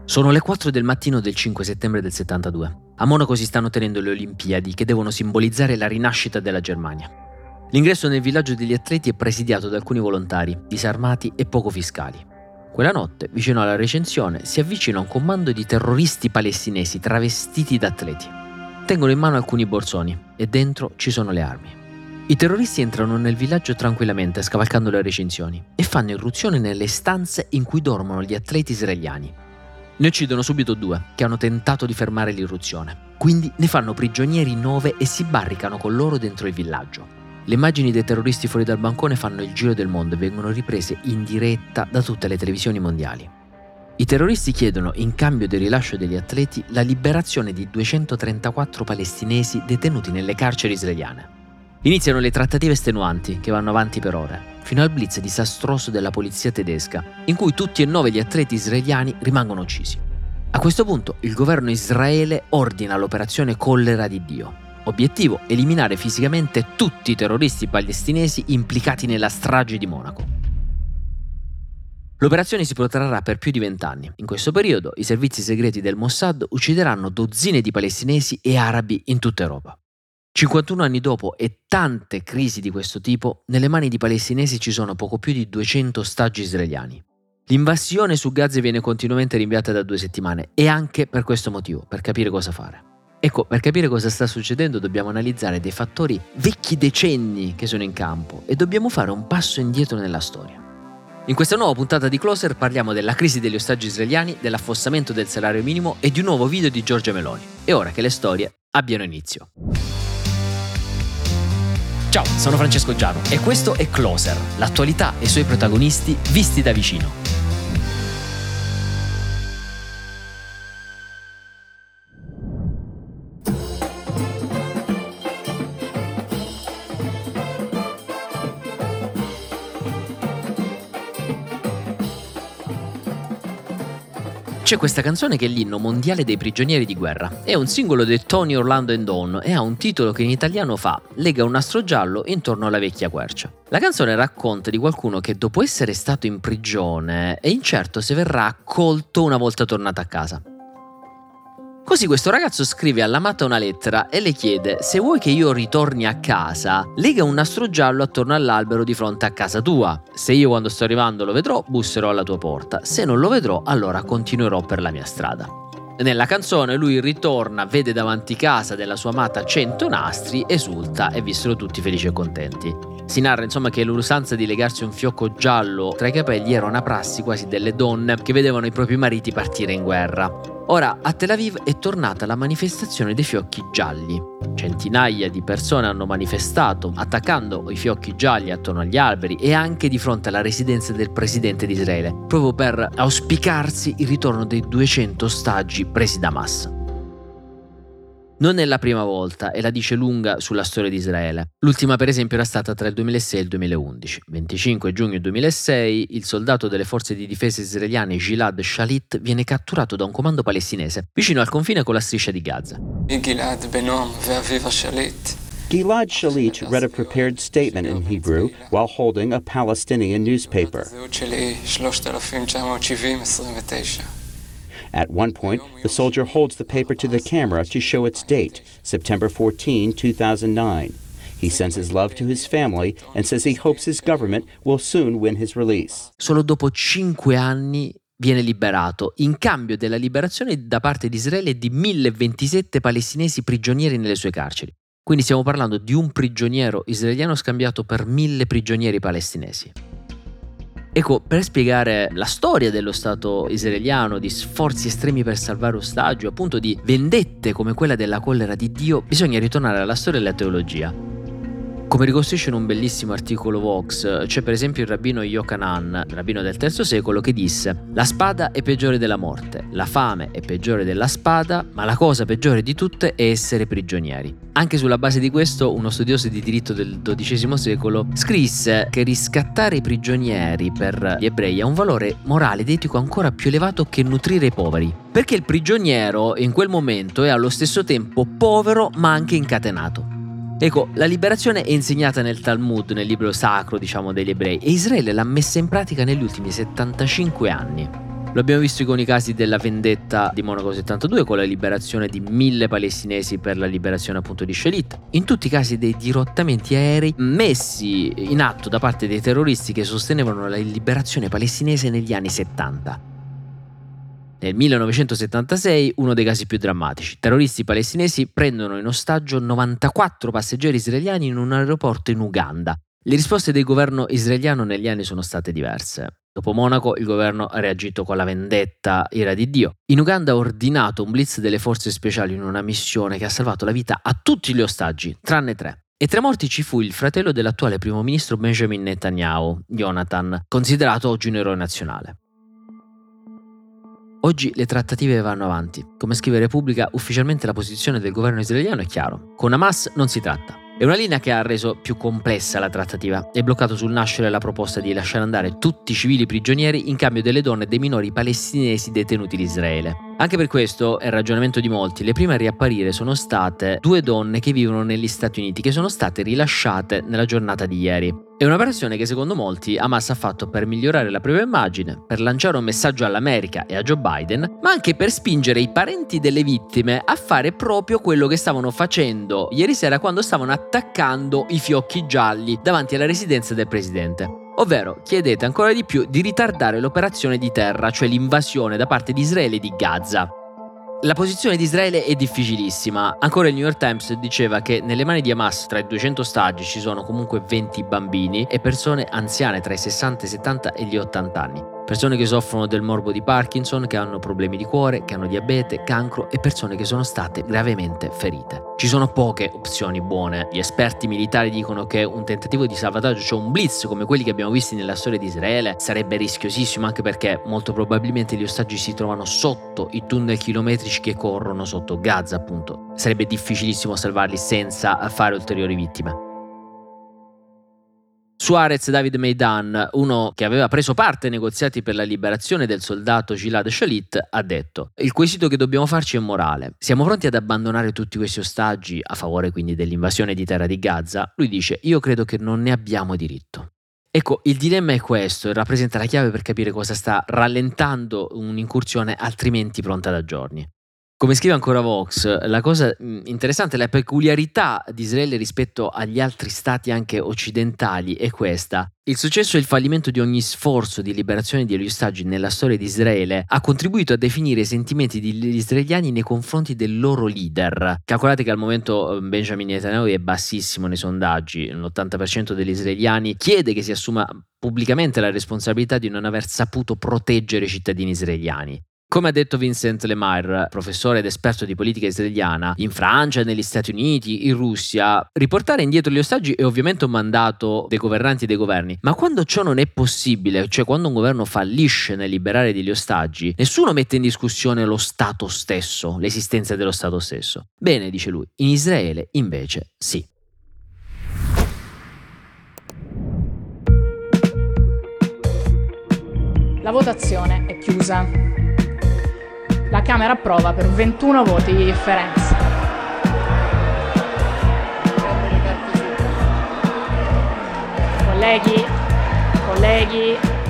Sono le 4 del mattino del 5 settembre del 72. A Monaco si stanno tenendo le Olimpiadi che devono simbolizzare la rinascita della Germania. L'ingresso nel villaggio degli atleti è presidiato da alcuni volontari, disarmati e poco fiscali. Quella notte, vicino alla recensione, si avvicina un comando di terroristi palestinesi travestiti da atleti. Tengono in mano alcuni borsoni e dentro ci sono le armi. I terroristi entrano nel villaggio tranquillamente, scavalcando le recinzioni, e fanno irruzione nelle stanze in cui dormono gli atleti israeliani. Ne uccidono subito 2, che hanno tentato di fermare l'irruzione. Quindi ne fanno prigionieri 9 e si barricano con loro dentro il villaggio. Le immagini dei terroristi fuori dal bancone fanno il giro del mondo e vengono riprese in diretta da tutte le televisioni mondiali. I terroristi chiedono, in cambio del rilascio degli atleti, la liberazione di 234 palestinesi detenuti nelle carceri israeliane. Iniziano le trattative estenuanti, che vanno avanti per ore, fino al blitz disastroso della polizia tedesca, in cui tutti e 9 gli atleti israeliani rimangono uccisi. A questo punto il governo Israele ordina l'operazione Collera di Dio. Obiettivo: eliminare fisicamente tutti i terroristi palestinesi implicati nella strage di Monaco. L'operazione si protrarrà per più di 20 anni. In questo periodo i servizi segreti del Mossad uccideranno dozzine di palestinesi e arabi in tutta Europa. 51 anni dopo e tante crisi di questo tipo, nelle mani di palestinesi ci sono poco più di 200 ostaggi israeliani. L'invasione su Gaza viene continuamente rinviata da 2 settimane e anche per questo motivo, per capire cosa fare. Ecco, per capire cosa sta succedendo dobbiamo analizzare dei fattori vecchi decenni che sono in campo e dobbiamo fare un passo indietro nella storia. In questa nuova puntata di Closer parliamo della crisi degli ostaggi israeliani, dell'affossamento del salario minimo e di un nuovo video di Giorgia Meloni. È ora che le storie abbiano inizio. Ciao, sono Francesco Giaro e questo è Closer, l'attualità e i suoi protagonisti visti da vicino. C'è questa canzone che è l'inno mondiale dei prigionieri di guerra. È un singolo di Tony Orlando and Dawn e ha un titolo che in italiano fa "Lega un nastro giallo intorno alla vecchia quercia". La canzone racconta di qualcuno che dopo essere stato in prigione è incerto se verrà accolto una volta tornato a casa. Così questo ragazzo scrive all'amata una lettera e le chiede: se vuoi che io ritorni a casa, lega un nastro giallo attorno all'albero di fronte a casa tua. Se io quando sto arrivando lo vedrò, busserò alla tua porta. Se non lo vedrò, allora continuerò per la mia strada. Nella canzone lui ritorna, vede davanti casa della sua amata 100 nastri, esulta e vissero tutti felici e contenti. Si narra insomma che l'usanza di legarsi un fiocco giallo tra i capelli era una prassi quasi delle donne che vedevano i propri mariti partire in guerra. Ora a Tel Aviv è tornata la manifestazione dei fiocchi gialli. Centinaia di persone hanno manifestato attaccando i fiocchi gialli attorno agli alberi e anche di fronte alla residenza del presidente di Israele, proprio per auspicarsi il ritorno dei 200 ostaggi presi da Hamas. Non è la prima volta e la dice lunga sulla storia di Israele. L'ultima per esempio era stata tra il 2006 e il 2011. 25 giugno 2006 il soldato delle forze di difesa israeliane Gilad Shalit viene catturato da un comando palestinese vicino al confine con la striscia di Gaza. Gilad Shalit read a prepared statement in Hebrew while holding a Palestinian newspaper. At one point, the soldier holds the paper to the camera to show its date, September 14, 2009. He sends his love to his family and says he hopes his government will soon win his release. Solo dopo 5 anni viene liberato, in cambio della liberazione da parte di Israele di 1027 palestinesi prigionieri nelle sue carceri. Quindi stiamo parlando di un prigioniero israeliano scambiato per 1000 prigionieri palestinesi. Ecco, per spiegare la storia dello Stato israeliano, di sforzi estremi per salvare ostaggi, appunto di vendette come quella della collera di Dio, bisogna ritornare alla storia e alla teologia. Come ricostruisce in un bellissimo articolo Vox, c'è per esempio il rabbino Yochanan, rabbino del III secolo, che disse: la spada è peggiore della morte, la fame è peggiore della spada, ma la cosa peggiore di tutte è essere prigionieri. Anche sulla base di questo, uno studioso di diritto del XII secolo scrisse che riscattare i prigionieri per gli ebrei ha un valore morale ed etico ancora più elevato che nutrire i poveri, perché il prigioniero in quel momento è allo stesso tempo povero ma anche incatenato. Ecco, la liberazione è insegnata nel Talmud, nel libro sacro, degli ebrei, e Israele l'ha messa in pratica negli ultimi 75 anni. Lo abbiamo visto con i casi della vendetta di Monaco 72, con la liberazione di 1000 palestinesi per la liberazione appunto di Shalit. In tutti i casi dei dirottamenti aerei messi in atto da parte dei terroristi che sostenevano la liberazione palestinese negli anni 70. Nel 1976, uno dei casi più drammatici. Terroristi palestinesi prendono in ostaggio 94 passeggeri israeliani in un aeroporto in Uganda. Le risposte del governo israeliano negli anni sono state diverse. Dopo Monaco il governo ha reagito con la vendetta, ira di Dio. In Uganda ha ordinato un blitz delle forze speciali in una missione che ha salvato la vita a tutti gli ostaggi, tranne 3. E tra i morti ci fu il fratello dell'attuale primo ministro Benjamin Netanyahu, Jonathan, considerato oggi un eroe nazionale. Oggi le trattative vanno avanti. Come scrive Repubblica, ufficialmente la posizione del governo israeliano è chiaro. Con Hamas non si tratta. È una linea che ha reso più complessa la trattativa. È bloccato sul nascere la proposta di lasciare andare tutti i civili prigionieri in cambio delle donne e dei minori palestinesi detenuti in Israele. Anche per questo, è il ragionamento di molti, le prime a riapparire sono state 2 donne che vivono negli Stati Uniti, che sono state rilasciate nella giornata di ieri. È un'operazione che secondo molti Hamas ha fatto per migliorare la propria immagine, per lanciare un messaggio all'America e a Joe Biden, ma anche per spingere i parenti delle vittime a fare proprio quello che stavano facendo ieri sera quando stavano attaccando i fiocchi gialli davanti alla residenza del presidente. Ovvero, chiedete ancora di più di ritardare l'operazione di terra, cioè l'invasione da parte di Israele di Gaza. La posizione di Israele è difficilissima. Ancora il New York Times diceva che nelle mani di Hamas tra i 200 ostaggi ci sono comunque 20 bambini e persone anziane tra i 60, i 70 e gli 80 anni. Persone che soffrono del morbo di Parkinson, che hanno problemi di cuore, che hanno diabete, cancro e persone che sono state gravemente ferite. Ci sono poche opzioni buone. Gli esperti militari dicono che un tentativo di salvataggio, cioè un blitz come quelli che abbiamo visti nella storia di Israele, sarebbe rischiosissimo, anche perché molto probabilmente gli ostaggi si trovano sotto i tunnel chilometrici che corrono sotto Gaza, appunto. Sarebbe difficilissimo salvarli senza fare ulteriori vittime. Suarez David Meidan, uno che aveva preso parte ai negoziati per la liberazione del soldato Gilad Shalit, ha detto: il quesito che dobbiamo farci è morale. Siamo pronti ad abbandonare tutti questi ostaggi, a favore quindi dell'invasione di terra di Gaza? Lui dice: io credo che non ne abbiamo diritto. Ecco, il dilemma è questo e rappresenta la chiave per capire cosa sta rallentando un'incursione altrimenti pronta da giorni. Come scrive ancora Vox, la cosa interessante, la peculiarità di Israele rispetto agli altri stati anche occidentali è questa. Il successo e il fallimento di ogni sforzo di liberazione degli ostaggi nella storia di Israele ha contribuito a definire i sentimenti degli israeliani nei confronti del loro leader. Calcolate che al momento Benjamin Netanyahu è bassissimo nei sondaggi, l'80% degli israeliani chiede che si assuma pubblicamente la responsabilità di non aver saputo proteggere i cittadini israeliani. Come ha detto Vincent Lemire, professore ed esperto di politica israeliana, in Francia, negli Stati Uniti, in Russia, riportare indietro gli ostaggi è ovviamente un mandato dei governanti e dei governi, ma quando ciò non è possibile, cioè quando un governo fallisce nel liberare degli ostaggi, nessuno mette in discussione lo Stato stesso, l'esistenza dello Stato stesso. Bene, dice lui, in Israele invece sì. La votazione è chiusa. La Camera approva per 21 voti di differenza. Colleghi.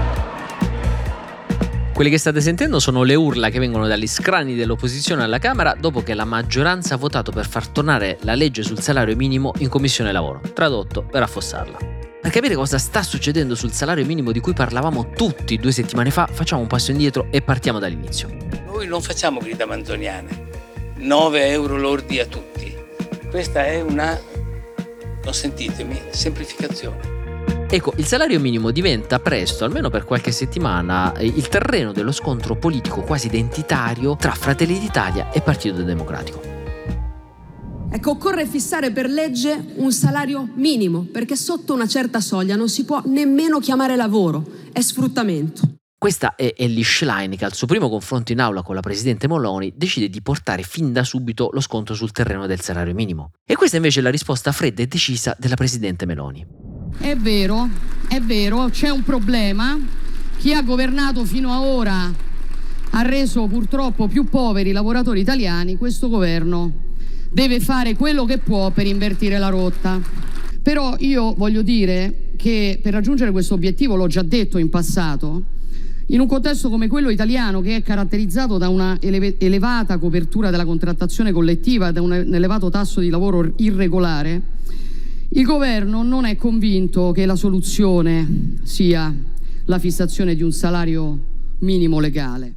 Quelle che state sentendo sono le urla che vengono dagli scranni dell'opposizione alla Camera dopo che la maggioranza ha votato per far tornare la legge sul salario minimo in Commissione Lavoro, tradotto per affossarla. Per capire cosa sta succedendo sul salario minimo di cui parlavamo tutti 2 settimane fa, facciamo un passo indietro e partiamo dall'inizio. Noi non facciamo grida manzoniane, 9 euro lordi a tutti. Questa è una, consentitemi, semplificazione. Ecco, il salario minimo diventa presto, almeno per qualche settimana, il terreno dello scontro politico quasi identitario tra Fratelli d'Italia e Partito Democratico. Ecco, occorre fissare per legge un salario minimo, perché sotto una certa soglia non si può nemmeno chiamare lavoro, è sfruttamento. Questa è Elly Schlein che al suo primo confronto in aula con la presidente Meloni decide di portare fin da subito lo scontro sul terreno del salario minimo. E questa invece è la risposta fredda e decisa della presidente Meloni. È vero, c'è un problema. Chi ha governato fino a ora ha reso purtroppo più poveri i lavoratori italiani. Questo governo deve fare quello che può per invertire la rotta. Però io voglio dire che per raggiungere questo obiettivo, l'ho già detto in passato, In un contesto come quello italiano, che è caratterizzato da una elevata copertura della contrattazione collettiva e da un elevato tasso di lavoro irregolare, il governo non è convinto che la soluzione sia la fissazione di un salario minimo legale.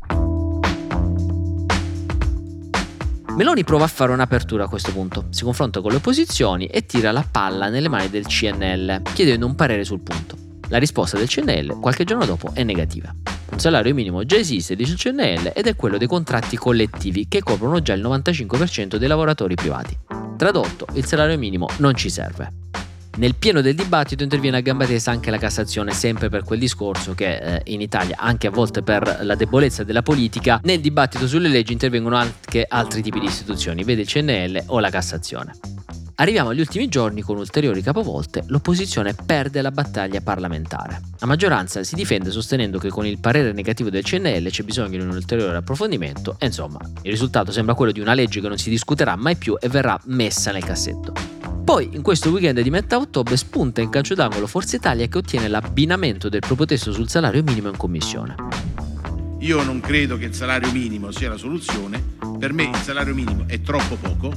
Meloni prova a fare un'apertura a questo punto, si confronta con le opposizioni e tira la palla nelle mani del CNL, chiedendo un parere sul punto. La risposta del CNL qualche giorno dopo è negativa. Un salario minimo già esiste, dice il CNL, ed è quello dei contratti collettivi che coprono già il 95% dei lavoratori privati. Tradotto, il salario minimo non ci serve. Nel pieno del dibattito interviene a gamba tesa anche la Cassazione, sempre per quel discorso che in Italia, anche a volte per la debolezza della politica, nel dibattito sulle leggi intervengono anche altri tipi di istituzioni, vede il CNL o la Cassazione. Arriviamo agli ultimi giorni con ulteriori capovolte, l'opposizione perde la battaglia parlamentare. La maggioranza si difende sostenendo che con il parere negativo del CNL c'è bisogno di un ulteriore approfondimento e insomma, il risultato sembra quello di una legge che non si discuterà mai più e verrà messa nel cassetto. Poi, in questo weekend di metà ottobre, spunta in calcio d'angolo Forza Italia che ottiene l'abbinamento del proprio testo sul salario minimo in commissione. Io non credo che il salario minimo sia la soluzione, per me il salario minimo è troppo poco,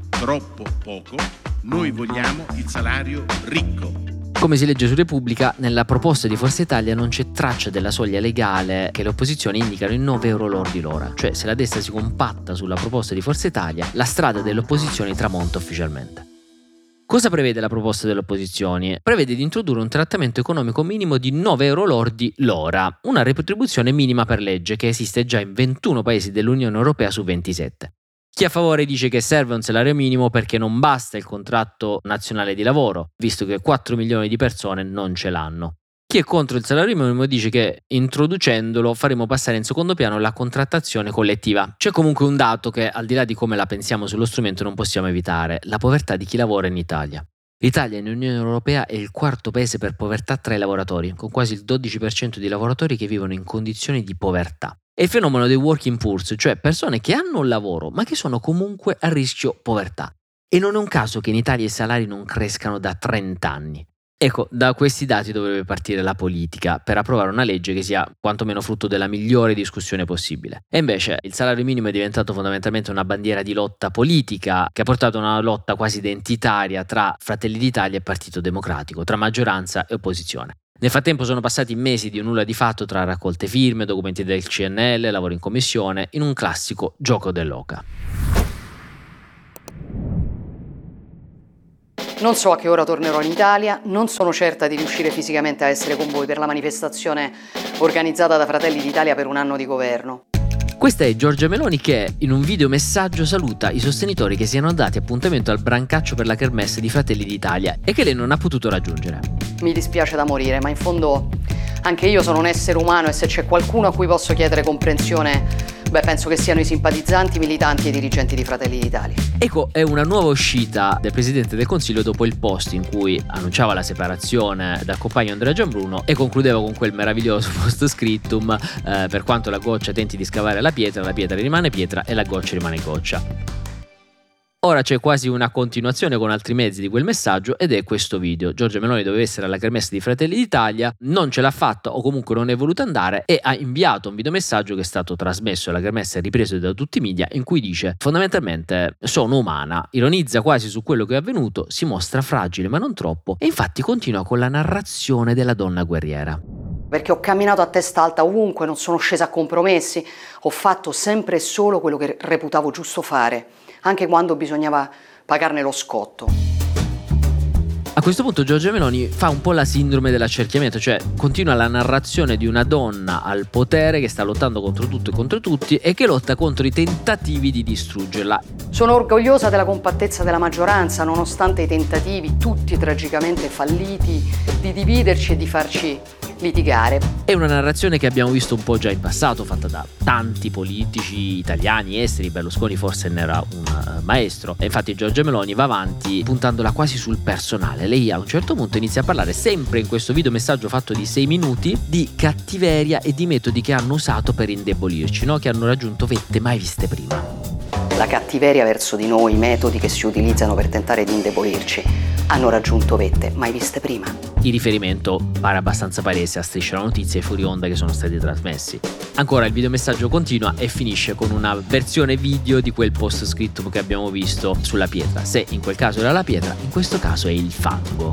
noi vogliamo il salario ricco. Come si legge su Repubblica, nella proposta di Forza Italia non c'è traccia della soglia legale che le opposizioni indicano in 9 euro lordi l'ora, cioè se la destra si compatta sulla proposta di Forza Italia, la strada delle opposizioni tramonta ufficialmente. Cosa prevede la proposta delle opposizioni? Prevede di introdurre un trattamento economico minimo di 9 euro lordi l'ora, una retribuzione minima per legge che esiste già in 21 paesi dell'Unione Europea su 27. Chi è a favore dice che serve un salario minimo perché non basta il contratto nazionale di lavoro, visto che 4 milioni di persone non ce l'hanno. Chi è contro il salario minimo dice che introducendolo faremo passare in secondo piano la contrattazione collettiva. C'è comunque un dato che, al di là di come la pensiamo sullo strumento, non possiamo evitare: la povertà di chi lavora in Italia. L'Italia nell'Unione Europea è il quarto paese per povertà tra i lavoratori, con quasi il 12% di lavoratori che vivono in condizioni di povertà. È il fenomeno dei working poor, cioè persone che hanno un lavoro ma che sono comunque a rischio povertà. E non è un caso che in Italia i salari non crescano da 30 anni. Ecco, da questi dati dovrebbe partire la politica per approvare una legge che sia quantomeno frutto della migliore discussione possibile. E invece il salario minimo è diventato fondamentalmente una bandiera di lotta politica che ha portato a una lotta quasi identitaria tra Fratelli d'Italia e Partito Democratico, tra maggioranza e opposizione. Nel frattempo sono passati mesi di nulla di fatto tra raccolte firme, documenti del CNL, lavoro in commissione, in un classico gioco dell'oca. Non so a che ora tornerò in Italia, non sono certa di riuscire fisicamente a essere con voi per la manifestazione organizzata da Fratelli d'Italia per un anno di governo. Questa è Giorgia Meloni che in un videomessaggio saluta i sostenitori che siano dati appuntamento al brancaccio per la kermesse di Fratelli d'Italia e che lei non ha potuto raggiungere. Mi dispiace da morire, ma in fondo anche io sono un essere umano e se c'è qualcuno a cui posso chiedere comprensione, penso che siano i simpatizzanti, militanti e dirigenti di Fratelli d'Italia. Ecco, è una nuova uscita del Presidente del Consiglio dopo il post in cui annunciava la separazione dal compagno Andrea Giambrone e concludeva con quel meraviglioso post scriptum: per quanto la goccia tenti di scavare la pietra rimane pietra e la goccia rimane goccia. Ora c'è quasi una continuazione con altri mezzi di quel messaggio ed è questo video. Giorgia Meloni doveva essere alla kermesse di Fratelli d'Italia, non ce l'ha fatta o comunque non è voluta andare e ha inviato un videomessaggio che è stato trasmesso alla kermesse e ripreso da tutti i media in cui dice fondamentalmente: sono umana, ironizza quasi su quello che è avvenuto, si mostra fragile ma non troppo e infatti continua con la narrazione della donna guerriera. Perché ho camminato a testa alta ovunque, non sono scesa a compromessi, ho fatto sempre e solo quello che reputavo giusto fare, anche quando bisognava pagarne lo scotto. A questo punto Giorgia Meloni fa un po' la sindrome dell'accerchiamento, cioè continua la narrazione di una donna al potere che sta lottando contro tutto e contro tutti e che lotta contro i tentativi di distruggerla. Sono orgogliosa della compattezza della maggioranza, nonostante i tentativi, tutti tragicamente falliti, di dividerci e di farci litigare. È una narrazione che abbiamo visto un po' già in passato, fatta da tanti politici italiani, esteri. Berlusconi forse ne era un maestro e infatti Giorgia Meloni va avanti puntandola quasi sul personale. Lei a un certo punto inizia a parlare, sempre in questo video messaggio fatto di 6 minuti, di cattiveria e di metodi che hanno usato per indebolirci, no? Che hanno raggiunto vette mai viste prima. La cattiveria verso di noi, i metodi che si utilizzano per tentare di indebolirci, hanno raggiunto vette mai viste prima. Il riferimento pare abbastanza palese a Striscia la Notizia e Fuori Onda che sono stati trasmessi. Ancora il videomessaggio continua e finisce con una versione video di quel post scritto che abbiamo visto sulla pietra. Se in quel caso era la pietra, in questo caso è il fango.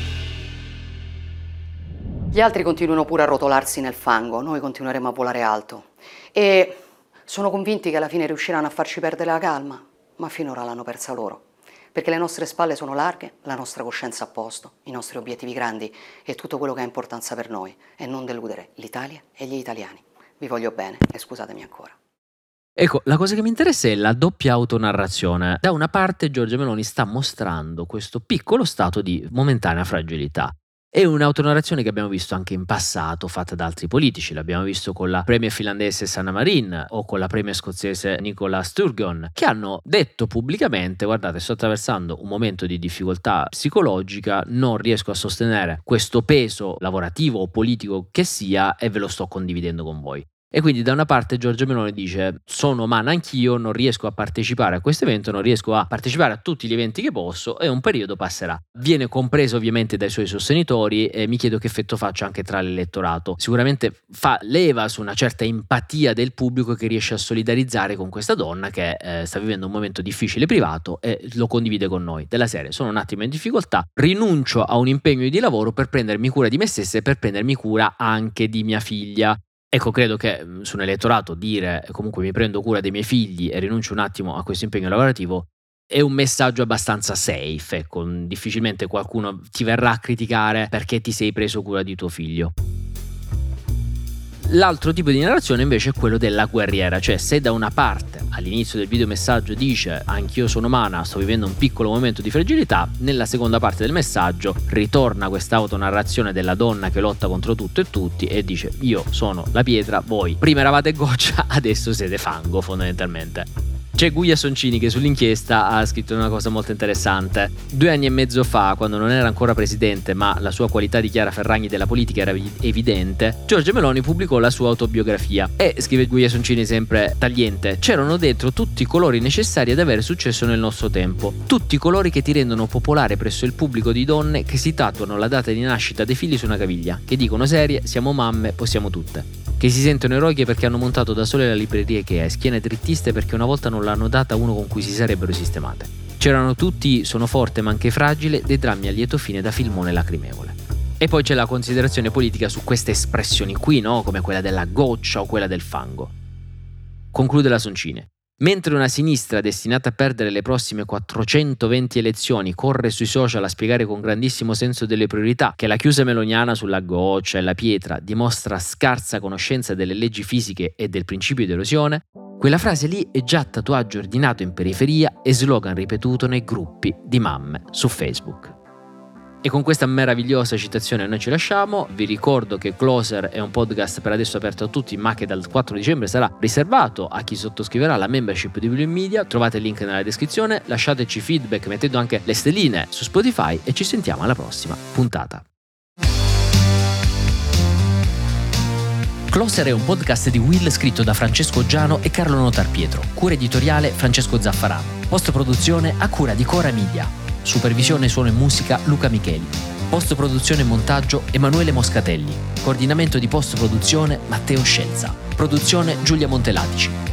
Gli altri continuano pure a rotolarsi nel fango, noi continueremo a volare alto. E sono convinti che alla fine riusciranno a farci perdere la calma, ma finora l'hanno persa loro. Perché le nostre spalle sono larghe, la nostra coscienza a posto, i nostri obiettivi grandi e tutto quello che ha importanza per noi, e non deludere l'Italia e gli italiani. Vi voglio bene e scusatemi ancora. Ecco, la cosa che mi interessa è la doppia autonarrazione. Da una parte Giorgia Meloni sta mostrando questo piccolo stato di momentanea fragilità. È un'autonarrazione che abbiamo visto anche in passato fatta da altri politici. L'abbiamo visto con la premier finlandese Sanna Marin o con la premier scozzese Nicola Sturgeon, che hanno detto pubblicamente: guardate, sto attraversando un momento di difficoltà psicologica, non riesco a sostenere questo peso lavorativo o politico che sia e ve lo sto condividendo con voi. E quindi da una parte Giorgia Meloni dice: sono umana anch'io, non riesco a partecipare a questo evento, non riesco a partecipare a tutti gli eventi che posso e un periodo passerà. Viene compreso ovviamente dai suoi sostenitori e mi chiedo che effetto faccia anche tra l'elettorato. Sicuramente fa leva su una certa empatia del pubblico che riesce a solidarizzare con questa donna che sta vivendo un momento difficile privato e lo condivide con noi. Della serie: sono un attimo in difficoltà, rinuncio a un impegno di lavoro per prendermi cura di me stessa e per prendermi cura anche di mia figlia. Ecco, credo che su un elettorato dire comunque mi prendo cura dei miei figli e rinuncio un attimo a questo impegno lavorativo è un messaggio abbastanza safe. Ecco, difficilmente qualcuno ti verrà a criticare perché ti sei preso cura di tuo figlio. L'altro tipo di narrazione invece è quello della guerriera, cioè se da una parte all'inizio del videomessaggio dice anch'io sono umana, sto vivendo un piccolo momento di fragilità, nella seconda parte del messaggio ritorna questa autonarrazione della donna che lotta contro tutto e tutti e dice: io sono la pietra, voi prima eravate goccia, adesso siete fango fondamentalmente. C'è Guia Soncini che sull'inchiesta ha scritto una cosa molto interessante. 2 anni e mezzo fa, quando non era ancora presidente ma la sua qualità di Chiara Ferragni della politica era evidente, Giorgia Meloni pubblicò la sua autobiografia e, scrive Guia Soncini sempre tagliente, c'erano dentro tutti i colori necessari ad avere successo nel nostro tempo, tutti i colori che ti rendono popolare presso il pubblico di donne che si tatuano la data di nascita dei figli su una caviglia, che dicono serie, siamo mamme, possiamo tutte, che si sentono eroiche perché hanno montato da sole la libreria Ikea e schiene drittiste perché una volta non l'hanno data a uno con cui si sarebbero sistemate. C'erano tutti Sono forte ma anche fragile, dei drammi a lieto fine da filmone lacrimevole. E poi c'è la considerazione politica su queste espressioni qui, no? Come quella della goccia o quella del fango. Conclude la Soncini. Mentre una sinistra destinata a perdere le prossime 420 elezioni corre sui social a spiegare con grandissimo senso delle priorità che la chiusa meloniana sulla goccia e la pietra dimostra scarsa conoscenza delle leggi fisiche e del principio di erosione, quella frase lì è già tatuaggio ordinato in periferia e slogan ripetuto nei gruppi di mamme su Facebook. E con questa meravigliosa citazione noi ci lasciamo. Vi ricordo che Closer è un podcast per adesso aperto a tutti, ma che dal 4 dicembre sarà riservato a chi sottoscriverà la membership di William Media. Trovate il link nella descrizione, lasciateci feedback mettendo anche le stelline su Spotify e ci sentiamo alla prossima puntata. Closer è un podcast di Will scritto da Francesco Giano e Carlo Notarpietro, cura editoriale Francesco Zaffarano, post-produzione a cura di Cora Media. Supervisione suono e musica Luca Micheli. Post-produzione e montaggio Emanuele Moscatelli. Coordinamento di post-produzione Matteo Scelza. Produzione Giulia Montelatici.